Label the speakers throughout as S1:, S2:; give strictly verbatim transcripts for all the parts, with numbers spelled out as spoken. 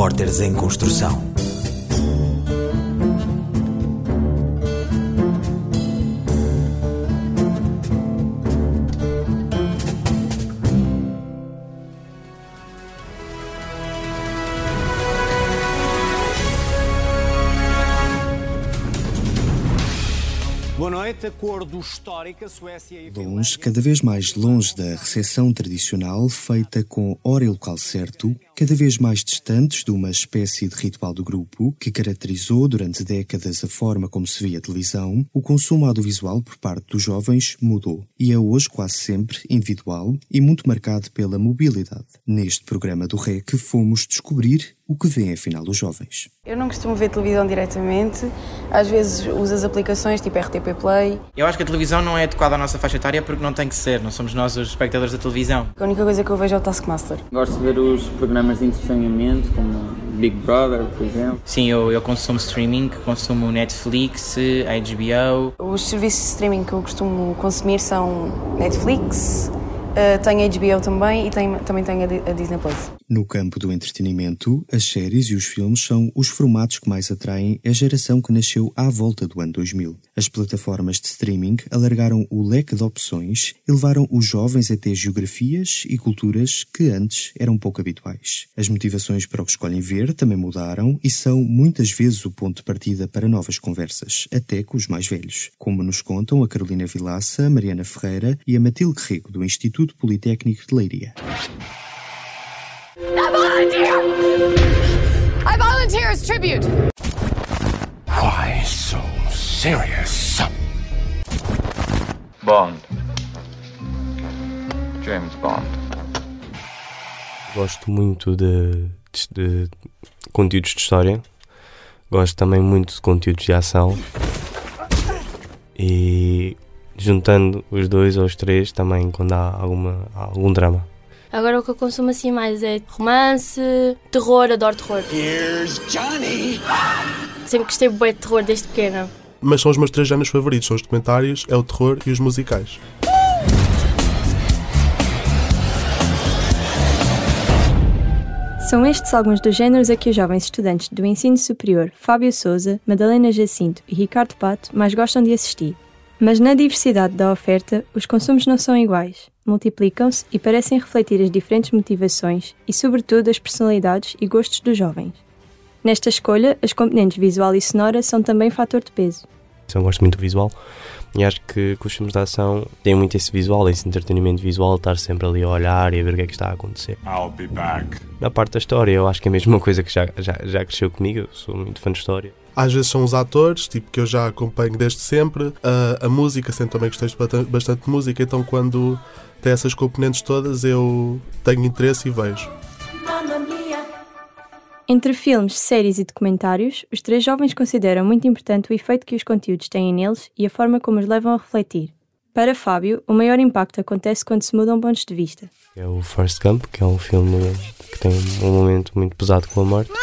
S1: Repórteres em Construção.
S2: Boa noite. Acordo histórico, Suécia e Finlândia...
S3: Longe, cada vez mais longe da recepção tradicional feita com hora e local certo, cada vez mais distantes de uma espécie de ritual do grupo que caracterizou durante décadas a forma como se via a televisão, o consumo audiovisual por parte dos jovens mudou e é hoje quase sempre individual e muito marcado pela mobilidade. Neste programa do R E C fomos descobrir o que vêem afinal os jovens.
S4: Eu não costumo ver televisão diretamente, às vezes uso as aplicações tipo R T P Play.
S5: Eu acho que a televisão não é adequada à nossa faixa etária porque não tem que ser, não somos nós os espectadores da televisão.
S4: A única coisa que eu vejo é o Taskmaster.
S6: Gosto de ver os programas de entretenimento, como Big Brother, por exemplo.
S5: Sim, eu, eu consumo streaming, consumo Netflix, H B O.
S4: Os serviços de streaming que eu costumo consumir são Netflix, uh, tenho H B O também e tenho, também tenho a Disney Plus.
S3: No campo do entretenimento, as séries e os filmes são os formatos que mais atraem a geração que nasceu à volta do ano dois mil. As plataformas de streaming alargaram o leque de opções e levaram os jovens a ter geografias e culturas que antes eram pouco habituais. As motivações para o que escolhem ver também mudaram e são muitas vezes o ponto de partida para novas conversas, até com os mais velhos, como nos contam a Carolina Vilaça, a Mariana Ferreira e a Matilde Rego, do Instituto Politécnico de Leiria.
S7: I volunteer! I volunteer as tribute!
S8: Why so serious?
S9: Bond. James Bond.
S10: Gosto muito de, de, de conteúdos de história. Gosto também muito de conteúdos de ação. E juntando os dois ou os três também quando há alguma, algum drama.
S11: Agora o que eu consumo assim mais é romance, terror, adoro terror.
S8: Here's Johnny!
S11: Sempre gostei bem de terror desde pequena.
S12: Mas são os meus três géneros favoritos, são os documentários, é o terror e os musicais.
S13: São estes alguns dos géneros a que os jovens estudantes do ensino superior Fábio Sousa, Madalena Jacinto e Ricardo Pato mais gostam de assistir. Mas na diversidade da oferta, os consumos não são iguais, multiplicam-se e parecem refletir as diferentes motivações e, sobretudo, as personalidades e gostos dos jovens. Nesta escolha, as componentes visual e sonora são também fator de peso.
S10: Eu gosto muito do visual e acho que, que os filmes de ação têm muito esse visual, esse entretenimento visual, estar sempre ali a olhar e a ver o que é que está a acontecer.
S8: I'll be back.
S10: Na parte da história, eu acho que é mesmo uma coisa que já, já, já cresceu comigo, eu sou muito fã de história.
S12: Às vezes são os atores, tipo, que eu já acompanho desde sempre. A, a música, sempre também gostei bastante de música, então quando tem essas componentes todas eu tenho interesse e vejo.
S13: Entre filmes, séries e documentários, os três jovens consideram muito importante o efeito que os conteúdos têm neles e a forma como os levam a refletir. Para Fábio, o maior impacto acontece quando se mudam pontos de vista.
S10: É o Forrest Gump, que é um filme que tem um momento muito pesado com a morte.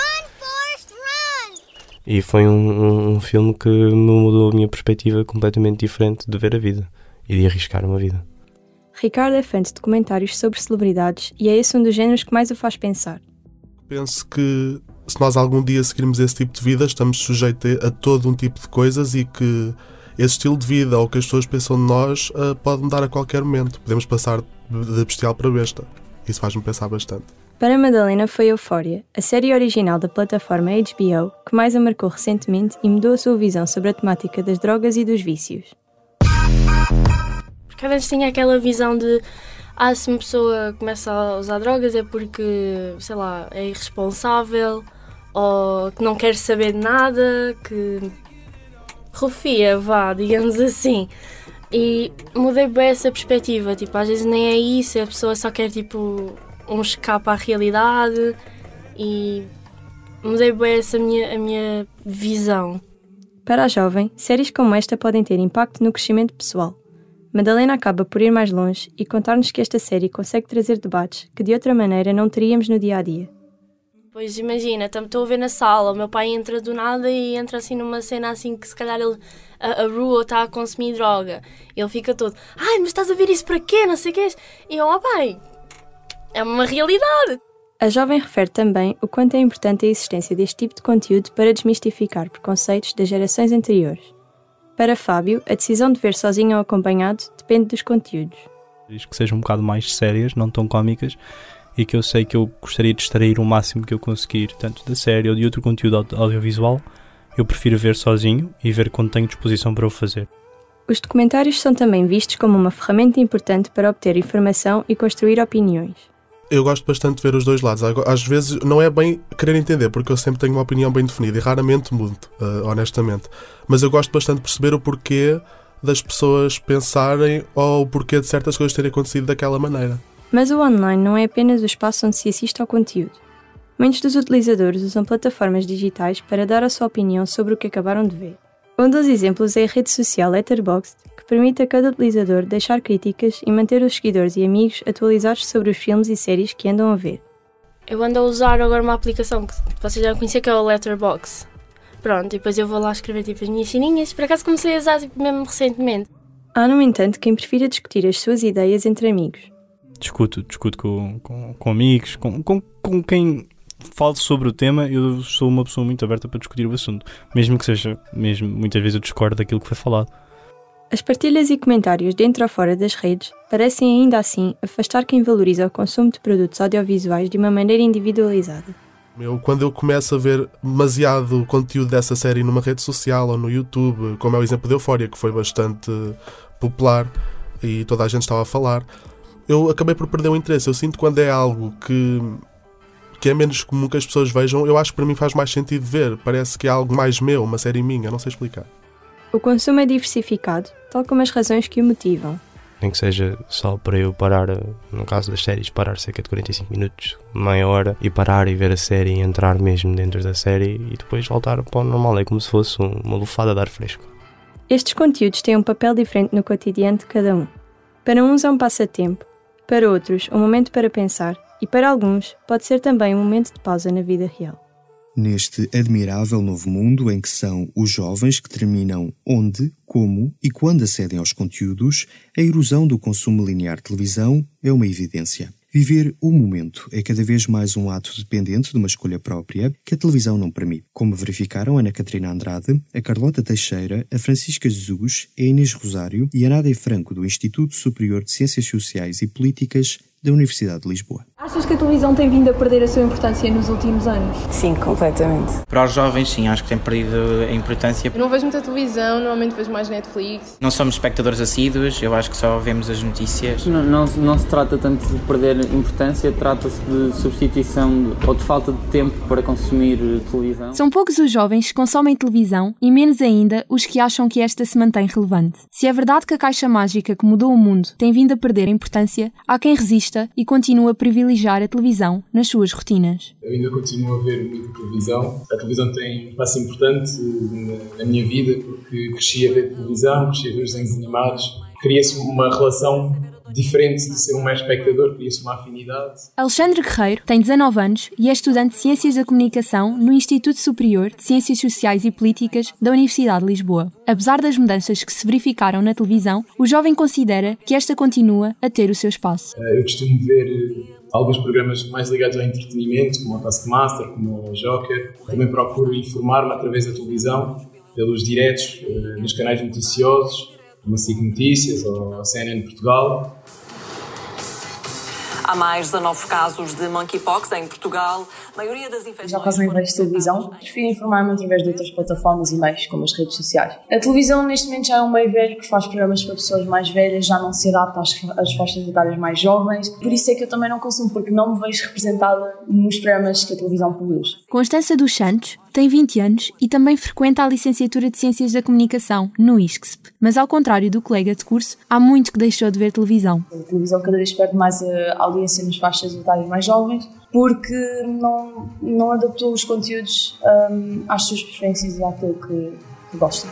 S10: E foi um, um, um filme que me mudou a minha perspectiva completamente diferente de ver a vida e de arriscar uma vida.
S13: Ricardo é fã de documentários sobre celebridades e é esse um dos géneros que mais o faz pensar.
S12: Penso que se nós algum dia seguirmos esse tipo de vida, estamos sujeitos a todo um tipo de coisas e que esse estilo de vida ou que as pessoas pensam de nós uh, pode mudar a qualquer momento. Podemos passar de bestial para besta. Isso faz-me pensar bastante.
S13: Para Madalena foi Euphoria, a série original da plataforma H B O, que mais a marcou recentemente e mudou a sua visão sobre a temática das drogas e dos vícios.
S11: Porque às vezes tinha aquela visão de ah, se uma pessoa começa a usar drogas é porque, sei lá, é irresponsável ou que não quer saber de nada, que rufia, vá, digamos assim. E mudei bem essa perspectiva, tipo, às vezes nem é isso, a pessoa só quer tipo um escape à realidade e mudei bem essa minha, a minha visão.
S13: Para a jovem, séries como esta podem ter impacto no crescimento pessoal. Madalena acaba por ir mais longe e contar-nos que esta série consegue trazer debates que de outra maneira não teríamos no dia-a-dia.
S11: Pois imagina, estou a ver na sala, o meu pai entra do nada e entra assim numa cena assim que se calhar ele, a, a Rua está a consumir droga. Ele fica todo, ai, mas estás a ver isso para quê? Não sei o que é. E eu, ó pai, é uma realidade.
S13: A jovem refere também o quanto é importante a existência deste tipo de conteúdo para desmistificar preconceitos das gerações anteriores. Para Fábio, a decisão de ver sozinho ou acompanhado depende dos conteúdos.
S1: Diz que sejam um bocado mais sérias, não tão cómicas, e que eu sei que eu gostaria de extrair o máximo que eu conseguir, tanto da série ou de outro conteúdo audiovisual. Eu prefiro ver sozinho e ver quando tenho disposição para o fazer.
S13: Os documentários são também vistos como uma ferramenta importante para obter informação e construir opiniões.
S12: Eu gosto bastante de ver os dois lados. Às vezes não é bem querer entender, porque eu sempre tenho uma opinião bem definida e raramente mudo, uh, honestamente. Mas eu gosto bastante de perceber o porquê das pessoas pensarem ou o porquê de certas coisas terem acontecido daquela maneira.
S13: Mas o online não é apenas o espaço onde se assiste ao conteúdo. Muitos dos utilizadores usam plataformas digitais para dar a sua opinião sobre o que acabaram de ver. Um dos exemplos é a rede social Letterboxd, que permite a cada utilizador deixar críticas e manter os seguidores e amigos atualizados sobre os filmes e séries que andam a ver.
S11: Eu ando a usar agora uma aplicação que vocês já conhecem, que é o Letterboxd. Pronto, e depois eu vou lá escrever tipo as minhas sininhas. Por acaso comecei a usar tipo, mesmo recentemente.
S13: Há, no entanto, quem prefira discutir as suas ideias entre amigos.
S1: Discuto, discuto com, com, com amigos, com, com, com quem falo sobre o tema. Eu sou uma pessoa muito aberta para discutir o assunto, mesmo que seja, mesmo muitas vezes eu discordo daquilo que foi falado.
S13: As partilhas e comentários dentro ou fora das redes parecem ainda assim afastar quem valoriza o consumo de produtos audiovisuais de uma maneira individualizada.
S12: Eu, quando eu começo a ver demasiado conteúdo dessa série numa rede social ou no YouTube, como é o exemplo de Euphoria, que foi bastante popular e toda a gente estava a falar, eu acabei por perder o interesse. Eu sinto que quando é algo que, que é menos comum que as pessoas vejam, eu acho que para mim faz mais sentido ver. Parece que é algo mais meu, uma série minha, não sei explicar.
S13: O consumo é diversificado, tal como as razões que o motivam.
S10: Nem que seja só para eu parar, no caso das séries, parar cerca de quarenta e cinco minutos, meia hora, e parar e ver a série e entrar mesmo dentro da série e depois voltar para o normal. É como se fosse uma lufada de ar fresco.
S13: Estes conteúdos têm um papel diferente no cotidiano de cada um. Para uns é um passatempo, para outros um momento para pensar e para alguns pode ser também um momento de pausa na vida real.
S3: Neste admirável novo mundo em que são os jovens que determinam onde, como e quando acedem aos conteúdos, a erosão do consumo linear de televisão é uma evidência. Viver o momento é cada vez mais um ato dependente de uma escolha própria que a televisão não permite, como verificaram a Ana Catarina Andrade, a Carlota Teixeira, a Francisca Jesus, a Inês Rosário e a Nádia Franco do Instituto Superior de Ciências Sociais e Políticas da Universidade de Lisboa.
S9: Achas que a televisão tem vindo a perder a sua importância nos últimos anos?
S4: Sim, completamente.
S5: Para os jovens, sim, acho que tem perdido a importância.
S14: Eu não vejo muita televisão, normalmente vejo mais Netflix.
S5: Não somos espectadores assíduos, eu acho que só vemos as notícias.
S6: Não, não, não se trata tanto de perder importância, trata-se de substituição de, ou de falta de tempo para consumir televisão.
S15: São poucos os jovens que consomem televisão e menos ainda os que acham que esta se mantém relevante. Se é verdade que a caixa mágica que mudou o mundo tem vindo a perder a importância, há quem resista e continua a privilegiar a televisão nas suas rotinas.
S16: Eu ainda continuo a ver muita televisão. A televisão tem um espaço importante na minha vida porque cresci a ver televisão, cresci a ver desenhos animados. Cria-se uma relação diferente de ser um mero espectador, cria-se uma afinidade.
S15: Alexandre Guerreiro tem dezanove anos e é estudante de Ciências da Comunicação no Instituto Superior de Ciências Sociais e Políticas da Universidade de Lisboa. Apesar das mudanças que se verificaram na televisão, o jovem considera que esta continua a ter o seu espaço.
S16: Eu costumo ver alguns programas mais ligados ao entretenimento, como o Taskmaster, como o Joker. Também procuro informar-me através da televisão, pelos diretos nos canais noticiosos, como a S I C Notícias ou a C N N Portugal.
S17: Há mais dezanove casos de monkeypox em Portugal. A maioria das infecções...
S18: Já quase nem vejo televisão. Prefiro informar-me através de outras plataformas e meios, como as redes sociais. A televisão, neste momento, já é um meio velho que faz programas para pessoas mais velhas, já não se adapta às, às faixas etárias mais jovens. Por isso é que eu também não consumo, porque não me vejo representada nos programas que a televisão produz.
S15: Constança dos Santos tem vinte anos e também frequenta a licenciatura de Ciências da Comunicação, no I S C S P. Mas, ao contrário do colega de curso, há muito que deixou de ver televisão.
S18: A televisão cada vez perde mais a audiência nas faixas etárias mais jovens, porque não, não adaptou os conteúdos um, às suas preferências e àquilo que, que gostam.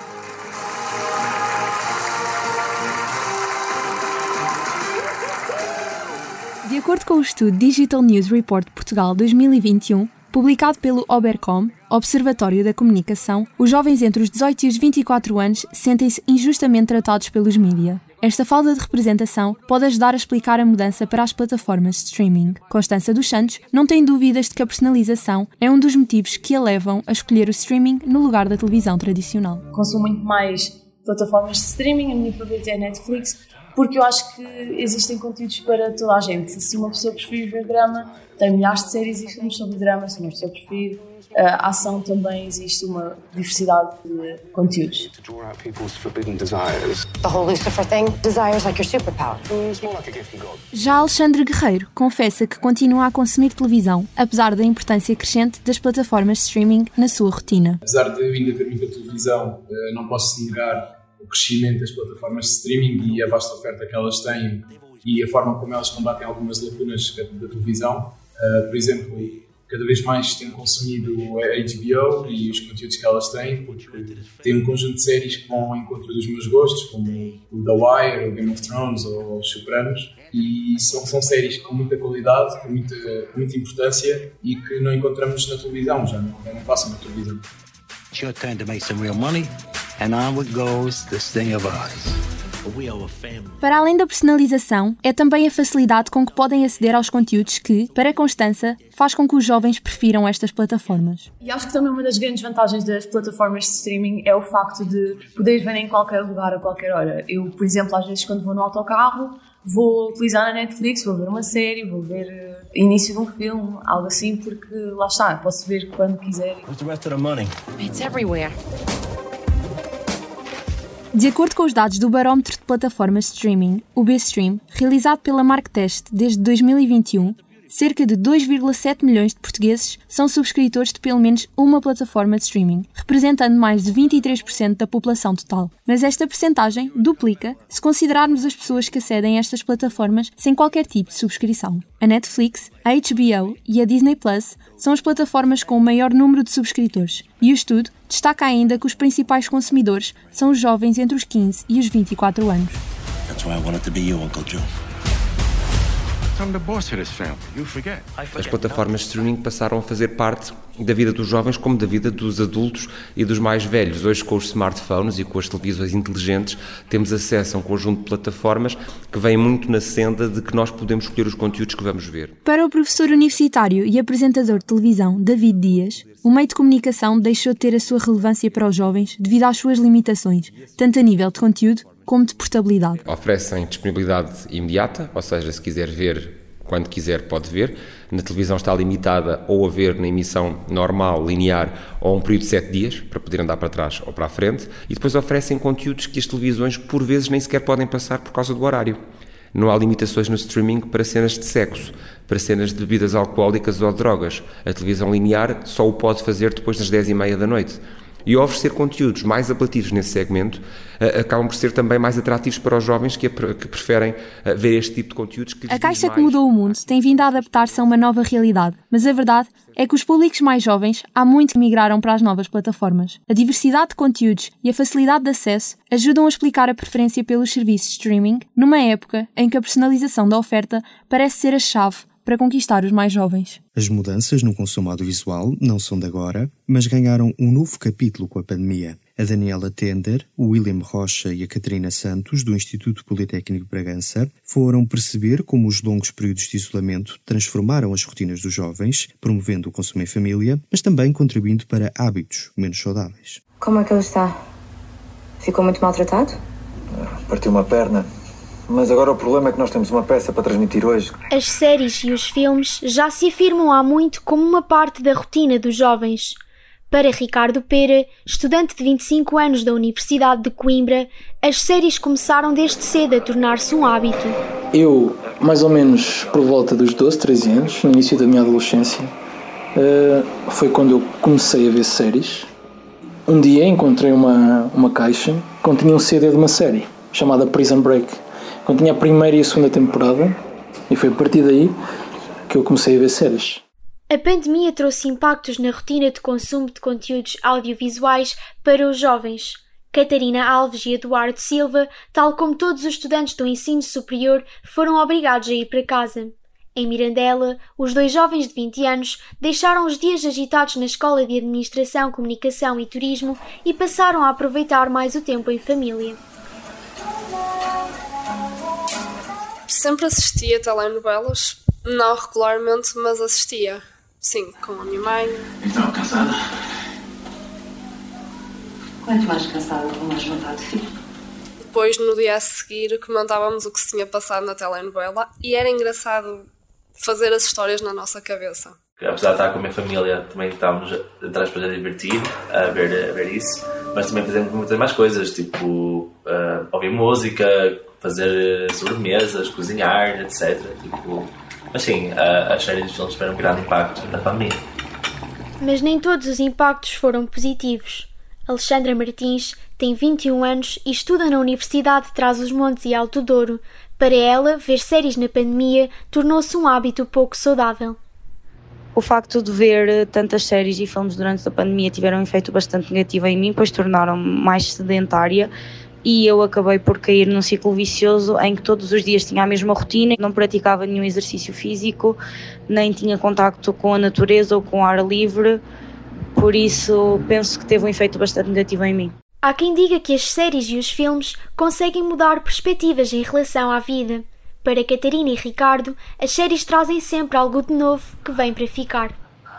S15: De acordo com o estudo Digital News Report Portugal dois mil e vinte e um, publicado pelo Obercom, Observatório da Comunicação, os jovens entre os dezoito e os vinte e quatro anos sentem-se injustamente tratados pelos mídia. Esta falta de representação pode ajudar a explicar a mudança para as plataformas de streaming. Constança dos Santos não tem dúvidas de que a personalização é um dos motivos que a levam a escolher o streaming no lugar da televisão tradicional.
S18: Consumo muito mais plataformas de streaming, a minha favorita é a Netflix, porque eu acho que existem conteúdos para toda a gente. Se uma pessoa preferir ver drama, tem milhares de séries e filmes sobre drama. Se uma pessoa preferir a ação, também existe uma diversidade de conteúdos.
S7: The whole Lucifer thing, desires like your superpower.
S15: Já Alexandre Guerreiro confessa que continua a consumir televisão, apesar da importância crescente das plataformas de streaming na sua rotina.
S16: Apesar de eu ainda ver muita televisão, não posso negar o crescimento das plataformas de streaming e a vasta oferta que elas têm e a forma como elas combatem algumas lacunas da televisão. Uh, por exemplo, cada vez mais tenho consumido a H B O e os conteúdos que elas têm, porque tem um conjunto de séries que vão ao encontro dos meus gostos, como o The Wire, o Game of Thrones ou os Sopranos, e são, são séries com muita qualidade, com muita, com muita importância e que não encontramos na televisão, já não, já não passam na televisão.
S2: It's your turn to make some real money, and onward goes this thing of ours.
S15: Para além da personalização, é também a facilidade com que podem aceder aos conteúdos que, para Constança, faz com que os jovens prefiram estas plataformas.
S18: E acho que também uma das grandes vantagens das plataformas de streaming é o facto de poder ver em qualquer lugar, a qualquer hora. Eu, por exemplo, às vezes quando vou no autocarro, vou utilizar a Netflix, vou ver uma série, vou ver uh, início de um filme, algo assim, porque lá está, posso ver quando quiser.
S2: What's the rest of the money?
S7: It's everywhere.
S15: De acordo com os dados do Barómetro de Plataformas de Streaming, o B-Stream, realizado pela Marktest desde dois mil e vinte e um, cerca de dois vírgula sete milhões de portugueses são subscritores de pelo menos uma plataforma de streaming, representando mais de vinte e três por cento da população total. Mas esta percentagem duplica se considerarmos as pessoas que acedem a estas plataformas sem qualquer tipo de subscrição. A Netflix, a H B O e a Disney Plus são as plataformas com o maior número de subscritores, e o estudo destaca ainda que os principais consumidores são os jovens entre os quinze e os vinte e quatro anos.
S2: That's why I wanted to be you, Uncle Joe.
S19: As plataformas de streaming passaram a fazer parte da vida dos jovens como da vida dos adultos e dos mais velhos. Hoje, com os smartphones e com as televisões inteligentes, temos acesso a um conjunto de plataformas que vêm muito na senda de que nós podemos escolher os conteúdos que vamos ver.
S15: Para o professor universitário e apresentador de televisão David Dias, o meio de comunicação deixou de ter a sua relevância para os jovens devido às suas limitações, tanto a nível de conteúdo como de portabilidade.
S19: Oferecem disponibilidade imediata, ou seja, se quiser ver quando quiser pode ver. Na televisão está limitada ou a ver na emissão normal, linear, ou um período de sete dias, para poder andar para trás ou para a frente. E depois oferecem conteúdos que as televisões por vezes nem sequer podem passar por causa do horário. Não há limitações no streaming para cenas de sexo, para cenas de bebidas alcoólicas ou drogas. A televisão linear só o pode fazer depois das dez e meia da noite. E ao oferecer conteúdos mais apelativos nesse segmento, uh, acabam por ser também mais atrativos para os jovens que, que preferem uh, ver este tipo de conteúdos. Que
S15: a Caixa que mudou o mundo tem vindo a adaptar-se a uma nova realidade, mas a verdade é que os públicos mais jovens há muito que migraram para as novas plataformas. A diversidade de conteúdos e a facilidade de acesso ajudam a explicar a preferência pelos serviços de streaming numa época em que a personalização da oferta parece ser a chave para conquistar os mais jovens.
S3: As mudanças no consumo audiovisual não são de agora, mas ganharam um novo capítulo com a pandemia. A Daniela Tender, o William Rocha e a Catarina Santos, do Instituto Politécnico de Bragança, foram perceber como os longos períodos de isolamento transformaram as rotinas dos jovens, promovendo o consumo em família, mas também contribuindo para hábitos menos saudáveis.
S20: Como é que ele está? Ficou muito maltratado?
S21: Partiu uma perna. Mas agora o problema é que nós temos uma peça para transmitir hoje.
S22: As séries e os filmes já se afirmam há muito como uma parte da rotina dos jovens. Para Ricardo Pera, estudante de vinte e cinco anos da Universidade de Coimbra, as séries começaram desde cedo a tornar-se um hábito.
S23: Eu, mais ou menos por volta dos doze, treze anos, no início da minha adolescência, foi quando eu comecei a ver séries. Um dia encontrei uma, uma caixa que continha um C D de uma série, chamada Prison Break. Continha a primeira e a segunda temporada, e foi a partir daí que eu comecei a ver séries.
S22: A pandemia trouxe impactos na rotina de consumo de conteúdos audiovisuais para os jovens. Catarina Alves e Eduardo Silva, tal como todos os estudantes do ensino superior, foram obrigados a ir para casa. Em Mirandela, os dois jovens de vinte anos deixaram os dias agitados na Escola de Administração, Comunicação e Turismo e passaram a aproveitar mais o tempo em família.
S1: Sempre assistia telenovelas, não regularmente, mas assistia. Sim, com a minha mãe.
S21: Estava cansada?
S17: Quanto mais cansada, com mais vontade fico.
S1: Depois, no dia a seguir, comentávamos o que se tinha passado na telenovela e era engraçado fazer as histórias na nossa cabeça.
S8: Apesar de estar com a minha família, também estávamos atrás para divertir, a ver, a ver isso, mas também fazemos muitas mais coisas, tipo uh, ouvir música, fazer sobremesas, cozinhar, etcétera. Tipo, mas sim, uh, as séries de filmes tiveram um grande impacto na pandemia.
S22: Mas nem todos os impactos foram positivos. Alexandra Martins tem vinte e um anos e estuda na Universidade de Trás-os-Montes e Alto Douro. Para ela, ver séries na pandemia tornou-se um hábito pouco saudável.
S11: O facto de ver tantas séries e filmes durante a pandemia tiveram um efeito bastante negativo em mim, pois tornaram-me mais sedentária e eu acabei por cair num ciclo vicioso em que todos os dias tinha a mesma rotina, não praticava nenhum exercício físico, nem tinha contacto com a natureza ou com o ar livre, por isso penso que teve um efeito bastante negativo em mim.
S22: Há quem diga que as séries e os filmes conseguem mudar perspectivas em relação à vida. Para Catarina e Ricardo, as séries trazem sempre algo de novo que vem para ficar.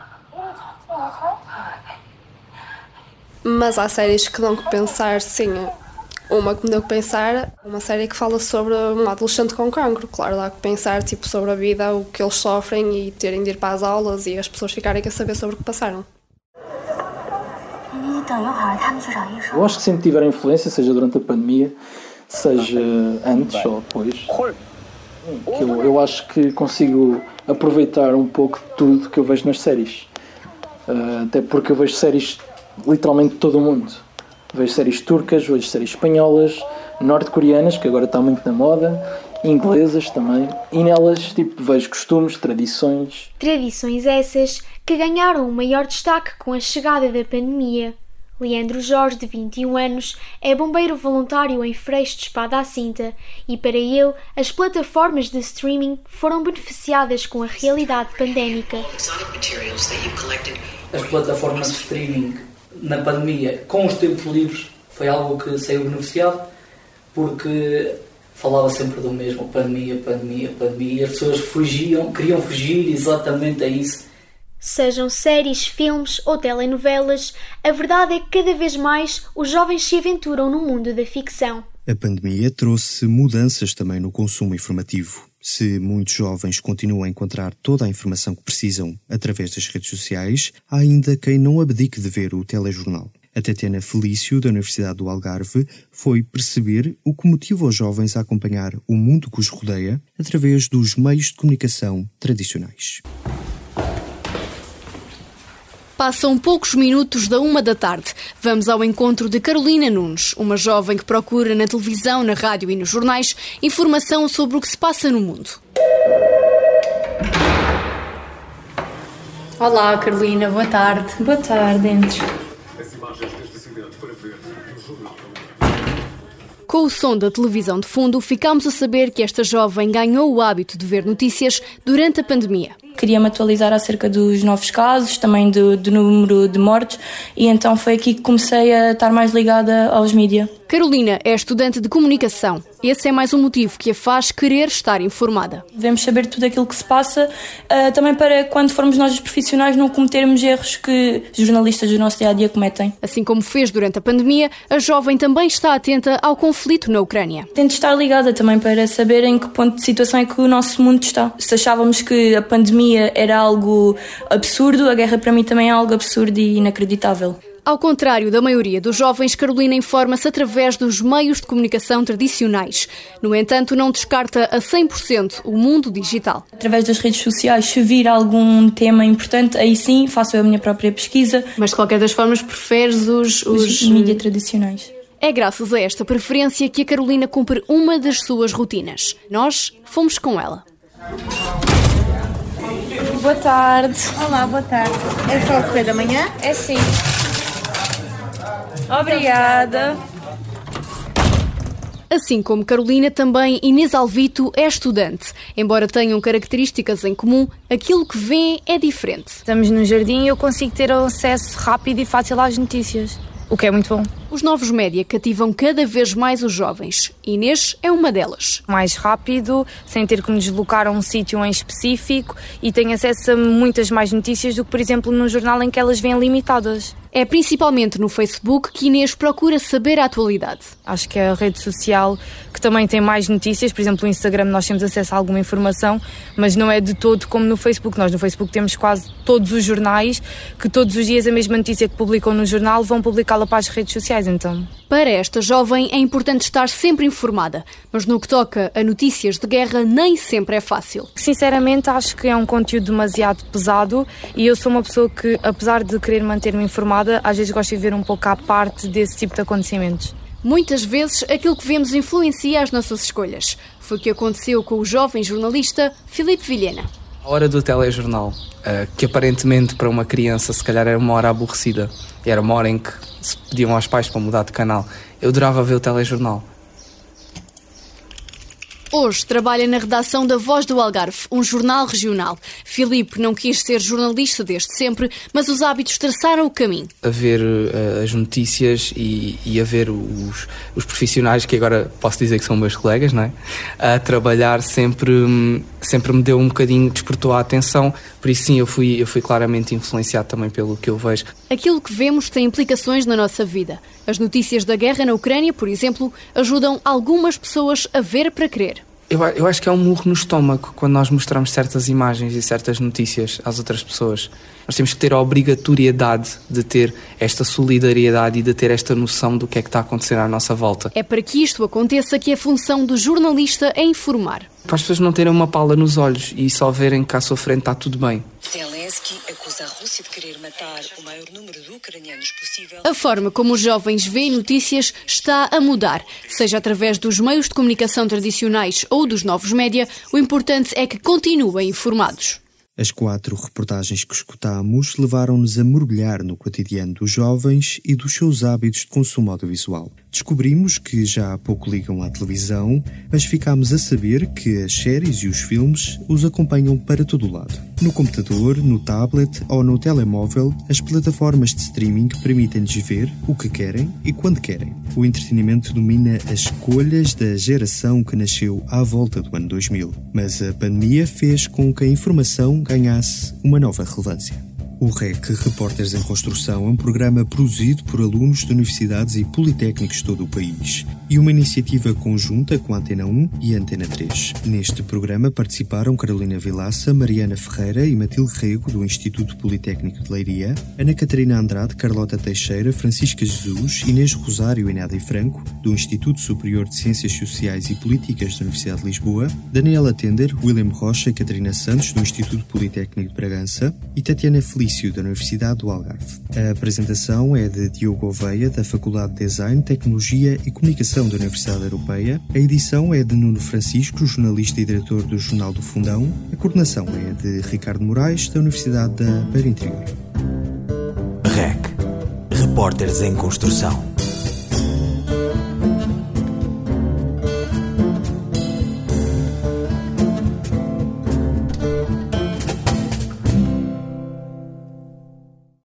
S1: Mas há séries que dão que pensar, sim. Uma que me deu que pensar, uma série que fala sobre um adolescente com cancro. Claro, dá que pensar tipo, sobre a vida, o que eles sofrem e terem de ir para as aulas e as pessoas ficarem a saber sobre o que passaram.
S23: Eu acho que sempre tiveram influência, seja durante a pandemia, seja antes ou depois. Que eu, eu acho que consigo aproveitar um pouco de tudo que eu vejo nas séries. Uh, até porque eu vejo séries literalmente de todo o mundo. Vejo séries turcas, vejo séries espanholas, norte-coreanas, que agora está muito na moda, inglesas também. E nelas tipo, vejo costumes, tradições.
S22: Tradições essas que ganharam o maior destaque com a chegada da pandemia. Leandro Jorge, de vinte e um anos, é bombeiro voluntário em Freixo de Espada à Cinta e para ele as plataformas de streaming foram beneficiadas com a realidade pandémica.
S24: As plataformas de streaming na pandemia, com os tempos livres, foi algo que saiu beneficiado porque falava sempre do mesmo, pandemia, pandemia, pandemia, e as pessoas fugiam, queriam fugir exatamente a isso.
S22: Sejam séries, filmes ou telenovelas, a verdade é que cada vez mais os jovens se aventuram no mundo da ficção.
S3: A pandemia trouxe mudanças também no consumo informativo. Se muitos jovens continuam a encontrar toda a informação que precisam através das redes sociais, há ainda quem não abdique de ver o telejornal. A Tatiana Felício, da Universidade do Algarve, foi perceber o que motiva os jovens a acompanhar o mundo que os rodeia através dos meios de comunicação tradicionais.
S25: Passam poucos minutos da uma da tarde. Vamos ao encontro de Carolina Nunes, uma jovem que procura na televisão, na rádio e nos jornais informação sobre o que se passa no mundo.
S26: Olá, Carolina. Boa tarde.
S9: Boa tarde, entre.
S25: Com o som da televisão de fundo, ficámos a saber que esta jovem ganhou o hábito de ver notícias durante a pandemia.
S9: Queria-me atualizar acerca dos novos casos, também do, do número de mortes, e então foi aqui que comecei a estar mais ligada aos mídias.
S25: Carolina é estudante de comunicação. Esse é mais um motivo que a faz querer estar informada.
S9: Devemos saber tudo aquilo que se passa, uh, também para quando formos nós os profissionais não cometermos erros que jornalistas do nosso dia-a-dia cometem.
S25: Assim como fez durante a pandemia, a jovem também está atenta ao conflito na Ucrânia.
S9: Tento estar ligada também para saber em que ponto de situação é que o nosso mundo está. Se achávamos que a pandemia era algo absurdo, a guerra para mim também é algo absurdo e inacreditável.
S25: Ao contrário da maioria dos jovens, Carolina informa-se através dos meios de comunicação tradicionais. No entanto, não descarta a cem por cento o mundo digital.
S9: Através das redes sociais, se vir algum tema importante, aí sim faço a minha própria pesquisa.
S25: Mas de qualquer das formas preferes os...
S9: Os, os mídias tradicionais.
S25: É graças a esta preferência que a Carolina cumpre uma das suas rotinas. Nós fomos com ela.
S27: Boa tarde.
S28: Olá, boa tarde.
S27: É só o café da manhã?
S28: É sim.
S27: Obrigada.
S25: Assim como Carolina, também Inês Alvito é estudante. Embora tenham características em comum, aquilo que vêem é diferente.
S4: Estamos no jardim e eu consigo ter acesso rápido e fácil às notícias, o que é muito bom.
S25: Os novos média cativam cada vez mais os jovens. Inês é uma delas.
S4: Mais rápido, sem ter que me deslocar a um sítio em específico e tenho acesso a muitas mais notícias do que, por exemplo, num jornal em que elas vêm limitadas.
S25: É principalmente no Facebook que Inês procura saber a atualidade.
S4: Acho que é a rede social que também tem mais notícias. Por exemplo, no Instagram nós temos acesso a alguma informação, mas não é de todo como no Facebook. Nós no Facebook temos quase todos os jornais, que todos os dias a mesma notícia que publicam no jornal vão publicá-la para as redes sociais, então.
S25: Para esta jovem é importante estar sempre informada, mas no que toca a notícias de guerra nem sempre é fácil.
S4: Sinceramente acho que é um conteúdo demasiado pesado e eu sou uma pessoa que, apesar de querer manter-me informada, às vezes gosto de ver um pouco à parte desse tipo de acontecimentos.
S25: Muitas vezes aquilo que vemos influencia as nossas escolhas. Foi o que aconteceu com o jovem jornalista Filipe Vilhena.
S5: A hora do telejornal, que aparentemente para uma criança se calhar era uma hora aborrecida, era uma hora em que se pediam aos pais para mudar de canal. Eu adorava ver o telejornal.
S25: Hoje trabalha na redação da Voz do Algarve, um jornal regional. Filipe não quis ser jornalista desde sempre, mas os hábitos traçaram o caminho.
S5: A ver uh, as notícias e, e a ver os, os profissionais, que agora posso dizer que são meus colegas, não é? A trabalhar sempre, sempre me deu um bocadinho, despertou a atenção, por isso sim, eu fui, eu fui claramente influenciado também pelo que eu vejo.
S25: Aquilo que vemos tem implicações na nossa vida. As notícias da guerra na Ucrânia, por exemplo, ajudam algumas pessoas a ver para crer.
S5: Eu, eu acho que é um murro no estômago quando nós mostramos certas imagens e certas notícias às outras pessoas. Nós temos que ter a obrigatoriedade de ter esta solidariedade e de ter esta noção do que é que está a acontecer à nossa volta.
S25: É para que isto aconteça que a função do jornalista é informar.
S5: Para as pessoas não terem uma pala nos olhos e só verem que à sua frente está tudo bem.
S17: Zelensky acusa a Rússia de querer matar o maior número de ucranianos possível.
S25: A forma como os jovens veem notícias está a mudar. Seja através dos meios de comunicação tradicionais ou dos novos média, o importante é que continuem informados.
S3: As quatro reportagens que escutámos levaram-nos a mergulhar no cotidiano dos jovens e dos seus hábitos de consumo audiovisual. Descobrimos que já há pouco ligam à televisão, mas ficámos a saber que as séries e os filmes os acompanham para todo o lado. No computador, no tablet ou no telemóvel, as plataformas de streaming permitem-lhes ver o que querem e quando querem. O entretenimento domina as escolhas da geração que nasceu à volta do ano dois mil, mas a pandemia fez com que a informação ganhasse uma nova relevância. O R E C Repórteres em Construção é um programa produzido por alunos de universidades e politécnicos de todo o país e uma iniciativa conjunta com a Antena um e a Antena três. Neste programa participaram Carolina Vilaça, Mariana Ferreira e Matilde Rego, do Instituto Politécnico de Leiria, Ana Catarina Andrade, Carlota Teixeira, Francisca Jesus, Inês Rosário e Nádia Franco, do Instituto Superior de Ciências Sociais e Políticas da Universidade de Lisboa, Daniela Tender, William Rocha e Catarina Santos, do Instituto Politécnico de Bragança e Tatiana Felício, da Universidade do Algarve. A apresentação é de Diogo Oveia, da Faculdade de Design, Tecnologia e Comunicação da Universidade Europeia. A edição é de Nuno Francisco, jornalista e diretor do Jornal do Fundão. A coordenação é de Ricardo Moraes, da Universidade da Beira Interior.
S6: R E C Repórteres em Construção.